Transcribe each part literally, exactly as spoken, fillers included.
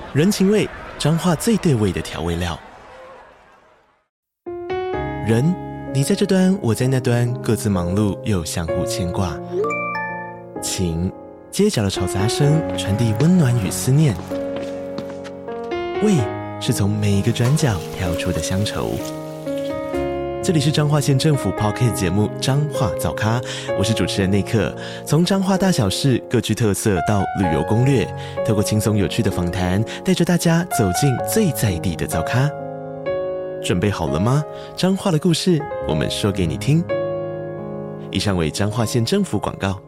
人情味，彰化最对味的调味料。人，你在这端，我在那端，各自忙碌又相互牵挂。情，街角的吵杂声传递温暖与思念。味，是从每一个转角跳出的乡愁。这里是彰化县政府 Podcast 节目《彰化早咖》，我是主持人内克。从彰化大小事各具特色到旅游攻略，透过轻松有趣的访谈，带着大家走进最在地的早咖。准备好了吗？彰化的故事，我们说给你听。以上为彰化县政府广告。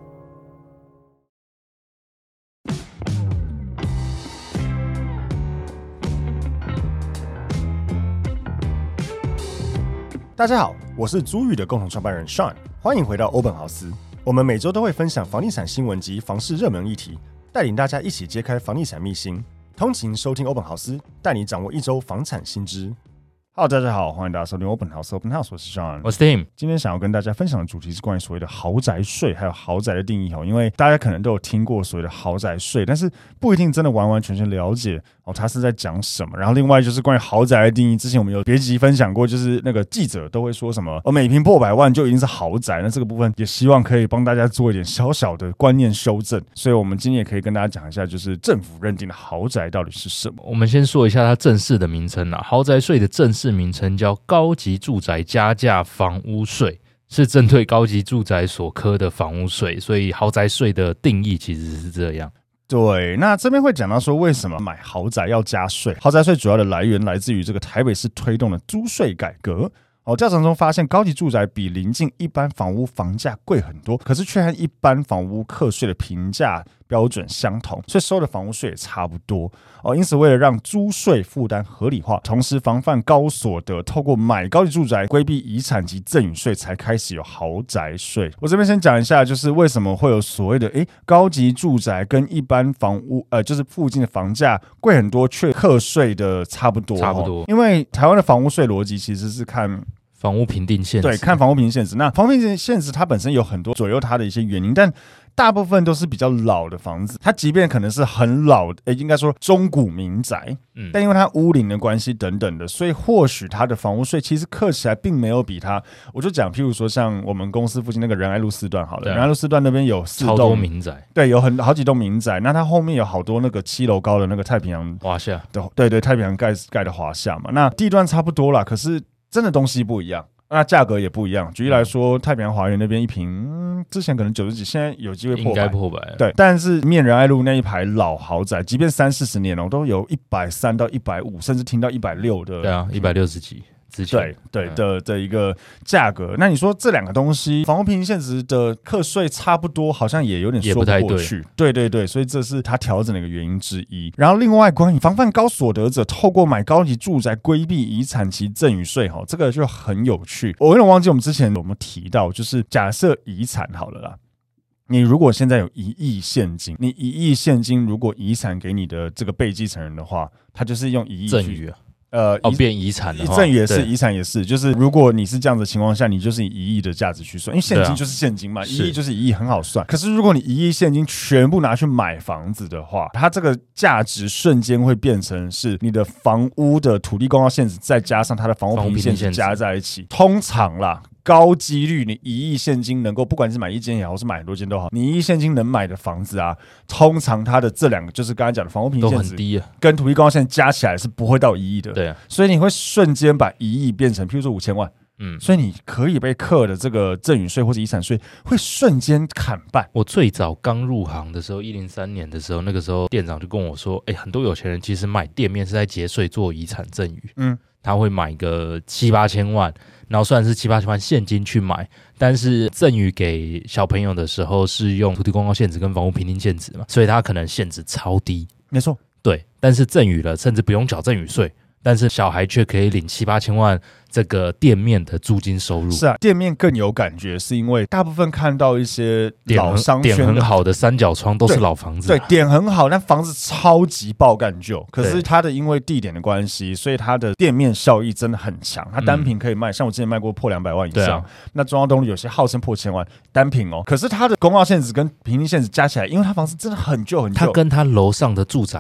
大家好，我是租宇的共同创办人 Sean， 欢迎回到欧本豪斯。我们每周都会分享房地产新闻及房市热门议题，带领大家一起揭开房地产秘辛。通勤收听欧本豪斯，带你掌握一周房产新知。Hello， 大家好，欢迎大家收听 Open House。Open House， 我是 Sean， 我是 Tim。今天想要跟大家分享的主题是关于所谓的豪宅税，还有豪宅的定义。因为大家可能都有听过所谓的豪宅税，但是不一定真的完完全全了解哦，他是在讲什么。然后另外就是关于豪宅的定义，之前我们有别集分享过，就是那个记者都会说什么哦，每平破百万就一定是豪宅。那这个部分也希望可以帮大家做一点小小的观念修正。所以我们今天也可以跟大家讲一下，就是政府认定的豪宅到底是什么。 我们先说一下它正式的名称啊，豪宅税的正式名称叫高级住宅加价房屋税，是针对高级住宅所科的房屋税，所以豪宅税的定义其实是这样。 对，那这边会讲到说为什么买豪宅要加税。豪宅税主要的来源来自于这个台北市推动的租税改革。哦，调查中发现，高级住宅比邻近一般房屋房价贵很多，可是却和一般房屋课税的评价标准相同，所以收的房屋税也差不多。哦，因此为了让租税负担合理化，同时防范高所得透过买高级住宅规避遗产及赠与税，才开始有豪宅税。我这边先讲一下，就是为什么会有所谓的诶高级住宅跟一般房屋呃就是附近的房价贵很多，却课税的差不多。 差不多， 因为台湾的房屋税逻辑其实是看房屋评定限制， 对，看房屋评定限制。那房屋评定限制它本身有很多左右它的一些原因，但大部分都是比较老的房子，它即便可能是很老的，应该说中古民宅，嗯，但因为它屋龄的关系等等的，所以或许它的房屋税其实课起来并没有比它，我就讲，譬如说像我们公司附近那个仁爱路四段好了，仁爱路四段那边有四栋超多民宅， 对，有很好几栋民宅，那它后面有好多那个七楼高的那个太平洋华夏， 对对，太平洋盖盖的华夏嘛，那地段差不多啦，可是真的东西不一样。那价格也不一样。举例来说，太平洋华园那边一坪、嗯，之前可能九十几，现在有机会破百， 应该破百。 对，但是面仁爱路那一排老豪宅，即便三四十年了，都有一百三到一百五，甚至听到一百六的。 对啊，一百六十几。之前对对的的一个价格，那你说这两个东西，房屋评定限制的课税差不多，好像也有点说不过去。对对对，所以这是他调整的一个原因之一。然后另外关于防范高所得者透过买高级住宅规避遗产及赠与税，这个就很有趣。我有点忘记我们之前有没有提到，就是假设遗产好了啦。你如果现在有一亿现金，你一亿现金如果遗产给你的这个被继承人的话，他就是用一亿去赠与啊。 呃， 哦，变遗产的话， 赠与也是，遗产也是，就是如果你是这样的情况下，你就是以一亿的价值去算，因为现金就是现金嘛，一亿就是一亿，很好算。可是如果你一亿现金全部拿去买房子的话，它这个价值瞬间会变成是你的房屋的土地公告限制，再加上它的房屋评定限制加在一起，通常啦。高几率你一亿现金能够，不管你是买一间也好，是买很多间都好，你一亿现金能买的房子啊，通常它的这两个就是刚才讲的房屋评定限制都很低啊，跟土地公告限制加起来是不会到一亿的。 对啊， 所以你会瞬间把一亿变成，譬如说五千万。嗯，所以你可以被课的这个赠与税或者遗产税会瞬间砍半。 我最早刚入行的时候，一零三年的时候，那个时候店长就跟我说，哎、欸，很多有钱人其实买店面是在节税做遗产赠与，嗯，他会买个七八千万，然后虽然是七八千万现金去买，但是赠与给小朋友的时候是用土地公告限制跟房屋评定限制嘛，所以他可能限制超低， 没错， 对，但是赠与了，甚至不用缴赠与税。但是小孩却可以领七八千万这个店面的租金收入。 是啊，店面更有感觉，是因为大部分看到一些老商圈点很好的三角窗都是老房子、啊， 对，点很好，但房子超级爆干旧。可是它的因为地点的关系，所以它的店面效益真的很强。它单品可以卖，嗯、像我之前卖过破两百万以上。啊、那中央东路有些号称破千万单品哦，可是它的公告限制跟评定限制加起来，因为它房子真的很旧很旧， 它跟它楼上的住宅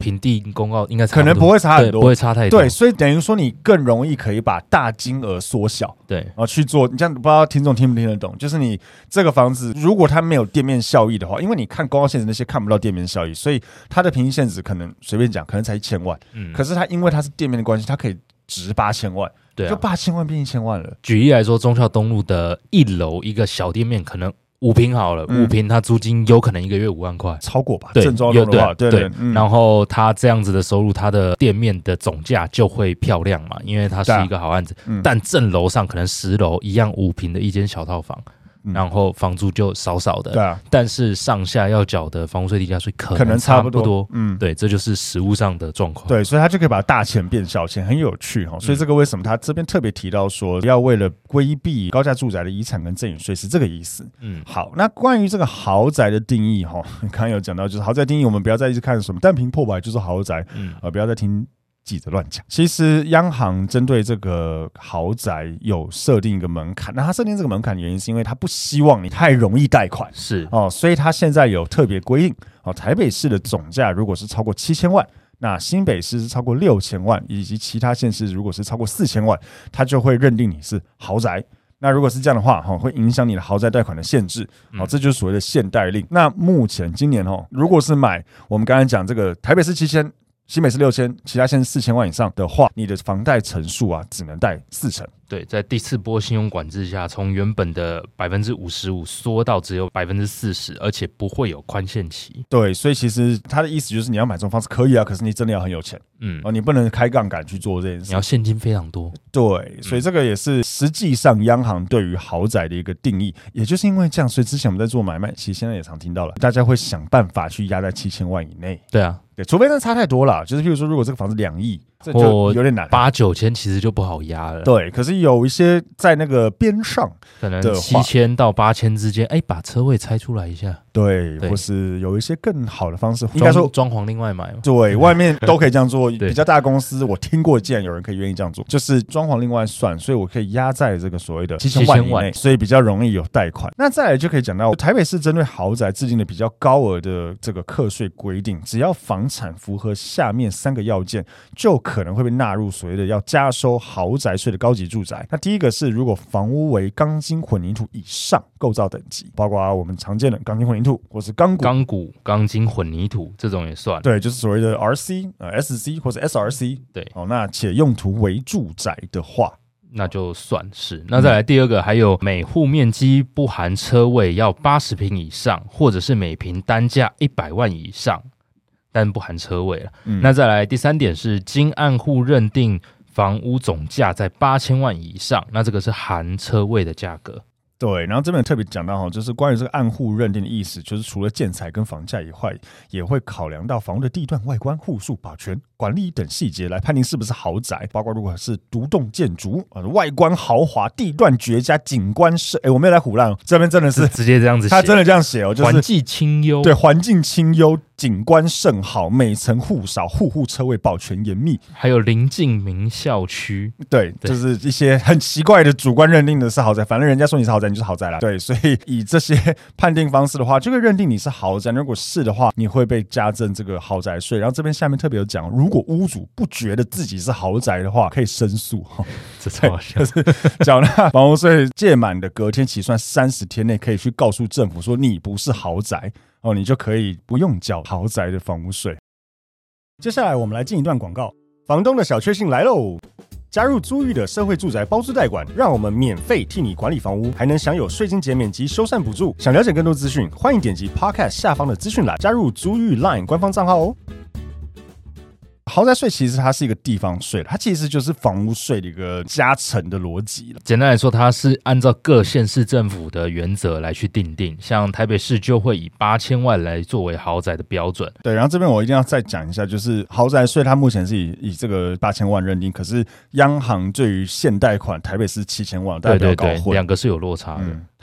平地公告应该可能不会差很多， 不会差太多。 对，所以等于说你更容易可以把大金额缩小， 对， 然后去做。你这样不知道听众听不听得懂？就是你这个房子如果它没有店面效益的话，因为你看公告限制那些看不到店面效益，所以它的平均限值可能随便讲可能才一千万，嗯，可是它因为它是店面的关系，它可以值八千万。对、啊，就八千万变一千万了。 举例来说，忠孝东路的一楼一个小店面，可能五坪好了，嗯、五坪它租金有可能一个月五万块， 超过吧？ 对， 正装的话，对 对, 对、嗯。 然后它这样子的收入，它的店面的总价就会漂亮嘛，因为它是一个好案子。啊嗯、但正楼上可能十楼一样五坪的一间小套房。然后房租就少少的，对啊，但是上下要缴的房屋税、地价税可能差不多，不多嗯，对，这就是实务上的状况。 对，所以他就可以把大钱变小钱，很有趣哈。所以这个为什么他这边特别提到说，要为了规避高价住宅的遗产跟赠与税是这个意思。嗯，好，那关于这个豪宅的定义哈，刚刚有讲到，就是豪宅定义，我们不要再一直看什么单坪破百就是豪宅，嗯，呃，不要再听记者乱讲。其实央行针对这个豪宅有设定一个门槛，那它设定这个门槛的原因是因为它不希望你太容易贷款，是哦，所以它现在有特别规定哦，台北市的总价如果是超过七千万，那新北市是超过六千万，以及其他县市如果是超过四千万，它就会认定你是豪宅。那如果是这样的话，会影响你的豪宅贷款的限制，好，这就是所谓的限贷令。那目前今年如果是买我们刚才讲这个台北市七千。新北市六千，其他县市四千万以上的话，你的房贷成数啊，只能贷四成。 对，在第四波信用管制下，从原本的百分之五十五缩到只有百分之四十，而且不会有宽限期。 对，所以其实他的意思就是你要买这种房子可以啊，可是你真的要很有钱，嗯，哦，你不能开杠杆去做这件事， 你要现金非常多。 对，所以这个也是实际上央行对于豪宅的一个定义，也就是因为这样，所以之前我们在做买卖，其实现在也常听到了，大家会想办法去压在七千万以内。 对啊。 对，除非那差太多了，就是譬如说，如果这个房子两亿，这就有点难， 八九千其实就不好压了。 对，可是有一些在那个边上， 可能七千到八千之间，哎，把车位拆出来一下。 对，或是有一些更好的方式，应该说装潢另外买嘛。 对，外面都可以这样做。比较大的公司，我听过，竟然有人可以愿意这样做，就是装潢另外算，所以我可以压在这个所谓的七千万以内，所以比较容易有贷款。那再来就可以讲到台北市针对豪宅制定的比较高额的这个课税规定，只要房产符合下面三个要件，就可能会被纳入所谓的要加收豪宅税的高级住宅。那第一个是，如果房屋为钢筋混凝土以上构造等级，包括我们常见的钢筋混凝土或是钢骨、 钢骨、钢筋混凝土这种也算。 对，就是所谓的 R C、呃、S C 或是 S R C。对，哦，那且用途为住宅的话， 那就算是。那再来第二个，还有每户面积不含车位要八十坪以上，或者是每坪单价一百万以上。但不含车位了、嗯。那再来第三点是，经按户认定房屋总价在八千万以上，那这个是含车位的价格。 对，然后这边特别讲到，就是关于这个按户认定的意思，就是除了建材跟房价以外，也会考量到房屋的地段、外观、户数、保全、管理等细节来判定是不是豪宅。包括如果是独栋建筑，外观豪华、地段绝佳、景观是，哎，我没有来唬烂，这边真的是直接这样子写， 他真的这样写哦，就是环境清幽， 对，环境清幽。景观甚好，每层户少，户户车位保全严密， 还有临近名校区。 对，就是一些很奇怪的主观认定的是豪宅，反正人家说你是豪宅，你就是豪宅啦。对，所以以这些判定方式的话，就会认定你是豪宅。如果是的话，你会被加征这个豪宅税。然后这边下面特别有讲，如果屋主不觉得自己是豪宅的话，可以申诉。 这超好笑， 就是缴纳房屋税届满的隔天起算三十天内，可以去告诉政府说你不是豪宅。哦，你就可以不用缴豪宅的房屋税。接下来我们来进一段广告，房东的小确幸来喽！加入租寓的社会住宅包租代管，让我们免费替你管理房屋，还能享有税金减免及修缮补助。想了解更多资讯，欢迎点击 Podcast 下方的资讯栏，加入租寓 Line 官方账号哦。豪宅税其实它是一个地方税，它其实就是房屋税的一个加成的逻辑了。 简单来说，它是按照各县市政府的原则来去定定，像台北市就会以八千万来作为豪宅的标准。 对，然后这边我一定要再讲一下，就是豪宅税它目前是以以这个八千万认定，可是央行对于现贷款台北市七千万，大家不要搞混， 对对对，两个是有落差的。嗯，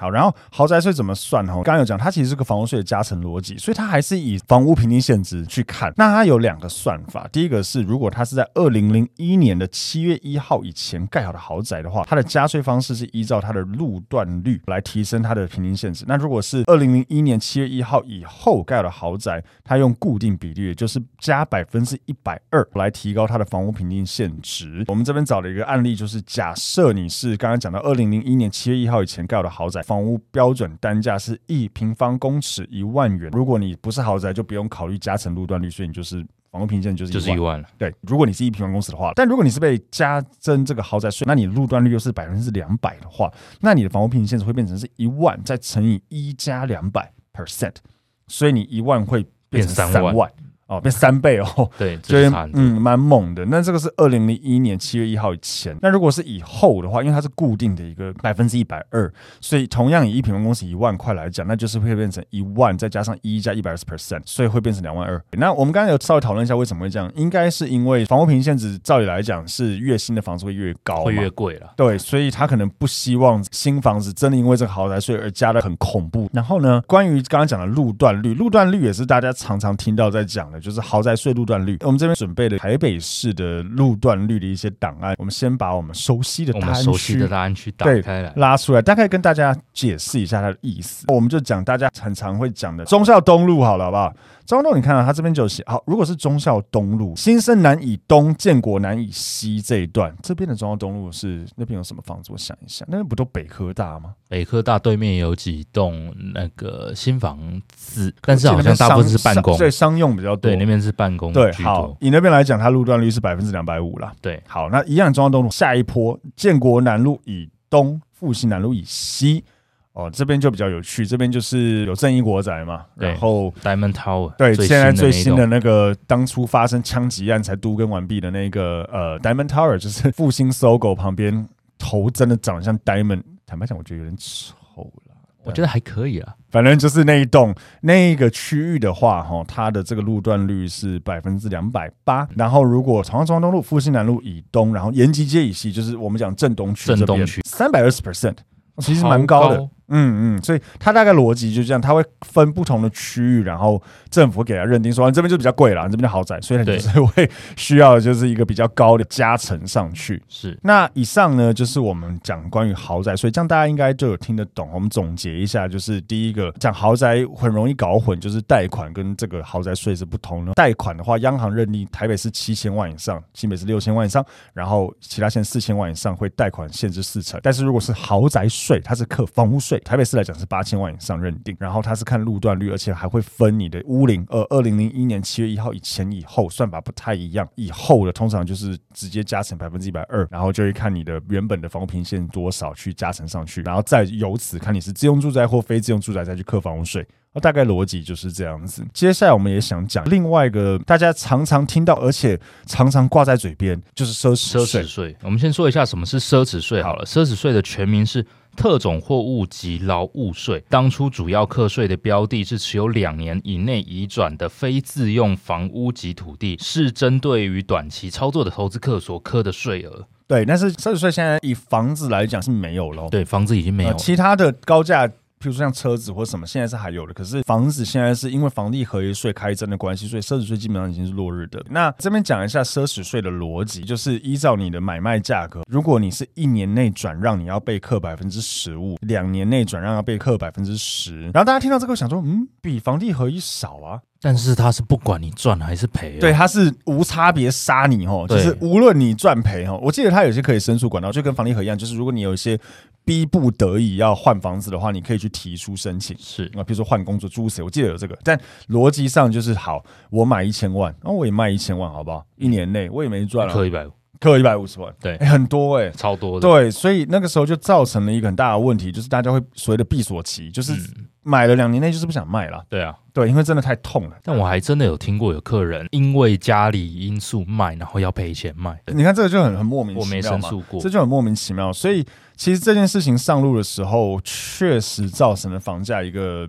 好，然后豪宅税怎么算？刚刚有讲，它其实是个房屋税的加成逻辑，所以它还是以房屋评定现值去看。那它有两个算法，第一个是如果它是在二零零一年的七月一号以前盖好的豪宅的话，它的加税方式是依照它的路段率来提升它的评定现值。那如果是二零零一年七月一号以后盖好的豪宅，它用固定比例，也就是加百分之一百二来提高它的房屋评定现值。我们这边找了一个案例，就是假设你是刚刚讲到二零零一年七月一号以前盖好的豪宅，房屋标准单价是一平方公尺一万元。如果你不是豪宅，就不用考虑加成路段率，所以你就是房屋评鉴就是一万， 就是一万了。 对，如果你是一平方公尺的话，但如果你是被加征这个豪宅税，那你路段率又是百分之两百的话，那你的房屋评鉴会变成是一万再乘以一加两百 percent， 所以你一万会变成三万。万哦，变三倍哦， 对，这是嗯，蛮猛的。那这个是二零零一年七月一号以前。那如果是以后的话，因为它是固定的一个百分之一百二，所以同样以一平方公尺一万块来讲，那就是会变成一万再加上一加一百二十 percent， 所以会变成两万二。那我们刚才有稍微讨论一下为什么会这样，应该是因为房屋评定现值照理来讲是越新的房子会越高， 会越贵了。 对，所以他可能不希望新房子真的因为这个豪宅税而加的很恐怖。然后呢，关于刚刚讲的路段率，路段率也是大家常常听到在讲的，就是豪宅税路段率。我们这边准备了台北市的路段率的一些档案，我们先把我们熟悉的大安区， 我们熟悉的大安区打开来， 拉出来，大概跟大家解释一下它的意思。我们就讲大家很常会讲的忠孝东路好了，好不好？忠孝东路你看到它这边就写，好，如果是忠孝东路、新生南以东、建国南以西这一段，这边的忠孝东路是那边有什么房子？我想一下，那边不都北科大吗？ 北科大对面有几栋那个新房子，但是好像大部分是办公， 对，商用比较多。 对，那边是办公。 对，好，以那边来讲，它路段率是百分之两百五啦。 对， 好，那一样忠孝东路下一波，建国南路以东、复兴南路以西。哦，这边就比较有趣，这边就是有正义国宅嘛，然后 Diamond Tower， 对，现在最新的那个当初发生枪击案才都更完毕的那个呃 Diamond Tower， 就是复兴 Sogo 旁边，头真的长得像 Diamond， 坦白讲，我觉得有点丑了。 我觉得还可以啊， 反正就是那一栋那一个区域的话，它的这个路段率是百分之两百八。然后如果长中东路、复兴南路以东，然后延吉街以西，就是我们讲正东区这边，三百二十 percent， 其实蛮高的。高嗯嗯，所以它大概逻辑就这样，它会分不同的区域，然后政府会给它认定说，你这边就比较贵啦，你这边就豪宅，所以它就是会需要就是一个比较高的加成上去。 是， 那以上呢就是我们讲关于豪宅，所以这样大家应该就有听得懂。我们总结一下，就是第一个讲豪宅很容易搞混，就是贷款跟这个豪宅税是不同的。贷款的话，央行认定台北是七千万以上，新北是六千万以上，然后其他县四千万以上会贷款限制四成。但是如果是豪宅税，它是课房屋税。台北市来讲是八千万以上认定，然后它是看路段率，而且还会分你的屋龄。呃，二零零一年七月一号以前以后算法不太一样，以后的通常就是直接加成百分之一百二，然后就会看你的原本的房屋评线多少去加成上去，然后再由此看你是自用住宅或非自用住宅再去课房屋税。大概逻辑就是这样子。接下来我们也想讲另外一个大家常常听到而且常常挂在嘴边，就是奢侈税。 奢侈税，我们先说一下什么是奢侈税好了。奢侈税的全名是特种货物及劳务税，当初主要课税的标的是持有两年以内移转的非自用房屋及土地，是针对于短期操作的投资客所课的税额。 对，但是奢侈税现在以房子来讲是没有了。 对，房子已经没有了、呃、 其他的高价譬如说像车子或什么现在是还有的，可是房子现在是因为房地合一税开征的关系，所以奢侈税基本上已经是落日的。那这边讲一下奢侈税的逻辑，就是依照你的买卖价格，如果你是一年内转让你要被课 百分之十五， 两年内转让要被课 百分之十。 然后大家听到这个想说嗯，比房地合一少啊， 但是他是不管你赚还是赔、啊、 对，他是无差别杀你，就是无论你赚赔。我记得他有些可以申诉管道，就跟房地合一样，就是如果你有一些逼不得已要换房子的话，你可以去提出申请， 是啊， 比如说换工作、诸如此类，我记得有这个。但逻辑上就是好，我买一千万，然后我也卖一千万，好不好？一年内我也没赚了， 课一百五， 课一百五十万， 对、 欸，很多哎、欸， 超多的。 对，所以那个时候就造成了一个很大的问题，就是大家会所谓的闭锁期，就是买了两年内就是不想卖了。 对啊， 对，因为真的太痛了。 但我还真的有听过有客人因为家里因素卖，然后要赔钱卖。 你看这个就很很莫名其妙嘛， 我没申诉过， 这就很莫名其妙。所以其实这件事情上路的时候，确实造成了房价一个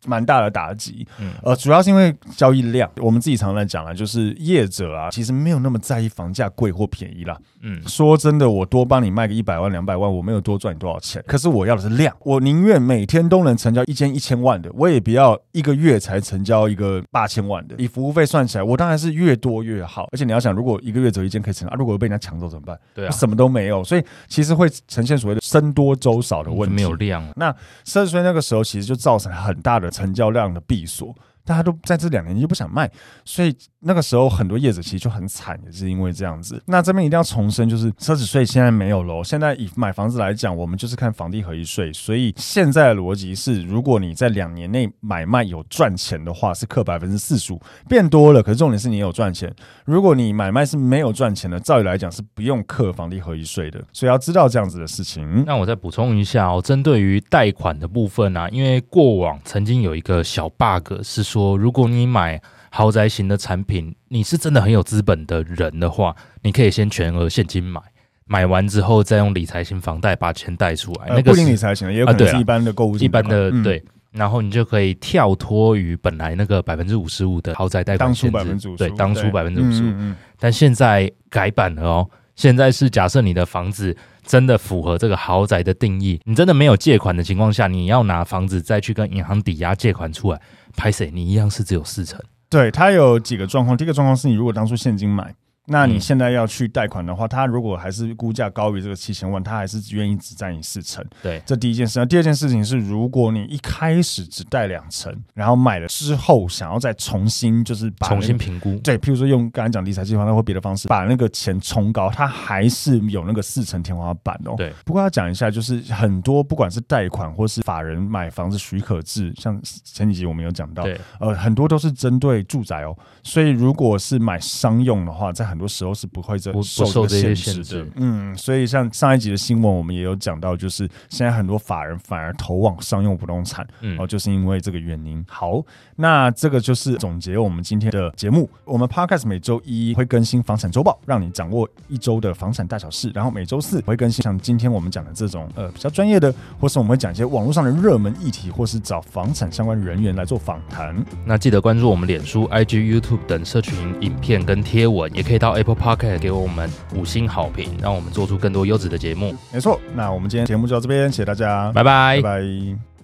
蛮大的打击。嗯，呃，主要是因为交易量，我们自己常常在讲了，就是业者啊，其实没有那么在意房价贵或便宜啦。嗯，说真的，我多帮你卖个一百万、两百万，我没有多赚你多少钱，可是我要的是量，我宁愿每天都能成交一间一千万的，我也不要一个月才成交一个八千万的。以服务费算起来，我当然是越多越好。而且你要想，如果一个月只有一间可以成交，啊、如果被人家抢走怎么办？对啊，什么都没有，所以其实会呈现所谓的僧多粥少的问题， 没有量。 那三十岁那个时候，其实就造成很大的成交量的闭锁。大家都在这两年就不想卖，所以那个时候很多业者其实就很惨，也是因为这样子。那这边一定要重申，就是奢侈税现在没有了。现在以买房子来讲，我们就是看房地合一税，所以现在的逻辑是，如果你在两年内买卖有赚钱的话，是课百分之四十五，变多了。可是重点是你有赚钱。如果你买卖是没有赚钱的，照理来讲是不用课房地合一税的。所以要知道这样子的事情。 那我再补充一下哦，针对于贷款的部分啊，因为过往曾经有一个小 bug 是说。说如果你买豪宅型的产品，你是真的很有资本的人的话，你可以先全额现金买，买完之后再用理财型房贷把钱贷出来。 呃、那个不一定理财型的，也有可能是一般的购物型、啊、 一般的、嗯、对。然后你就可以跳脱于本来那个百分之五十五的豪宅贷款限制， 当初百分之五十五， 对，当初百分之五十五，但现在改版了哦。现在是假设你的房子真的符合这个豪宅的定义，你真的没有借款的情况下，你要拿房子再去跟银行抵押借款出来，拍谁你一样是只有四成。 对，它有几个状况。第一个状况是你如果当初现金买，那你现在要去贷款的话，他如果还是估价高于这个七千万，他还是愿意只占你四成。 对， 这第一件事。那第二件事情是，如果你一开始只贷两成，然后买了之后想要再重新就是把、那個、 重新评估， 对，譬如说用刚才讲理财计划或别的方式把那个钱冲高，它还是有那个四成天花板哦。 对。 不过要讲一下，就是很多不管是贷款或是法人买房子许可制，像前几集我们有讲到，呃，很多都是针对住宅哦。所以如果是买商用的话，在很多时候是不会受这个限制的。嗯，所以像上一集的新闻我们也有讲到，就是现在很多法人反而投往商用不动产，嗯，哦，就是因为这个原因。好，那这个就是总结我们今天的节目。我们 Podcast 每周一会更新房产周报，让你掌握一周的房产大小事，然后每周四会更新像今天我们讲的这种呃比较专业的，或是我们会讲一些网络上的热门议题，或是找房产相关人员来做访谈。 那记得关注我们脸书、I G、YouTube 等社群影片跟贴文，也可以到 Apple Podcast 给我们五星好评，让我们做出更多优质的节目。 没错，那我们今天节目就到这边，谢谢大家， 拜拜， 拜拜。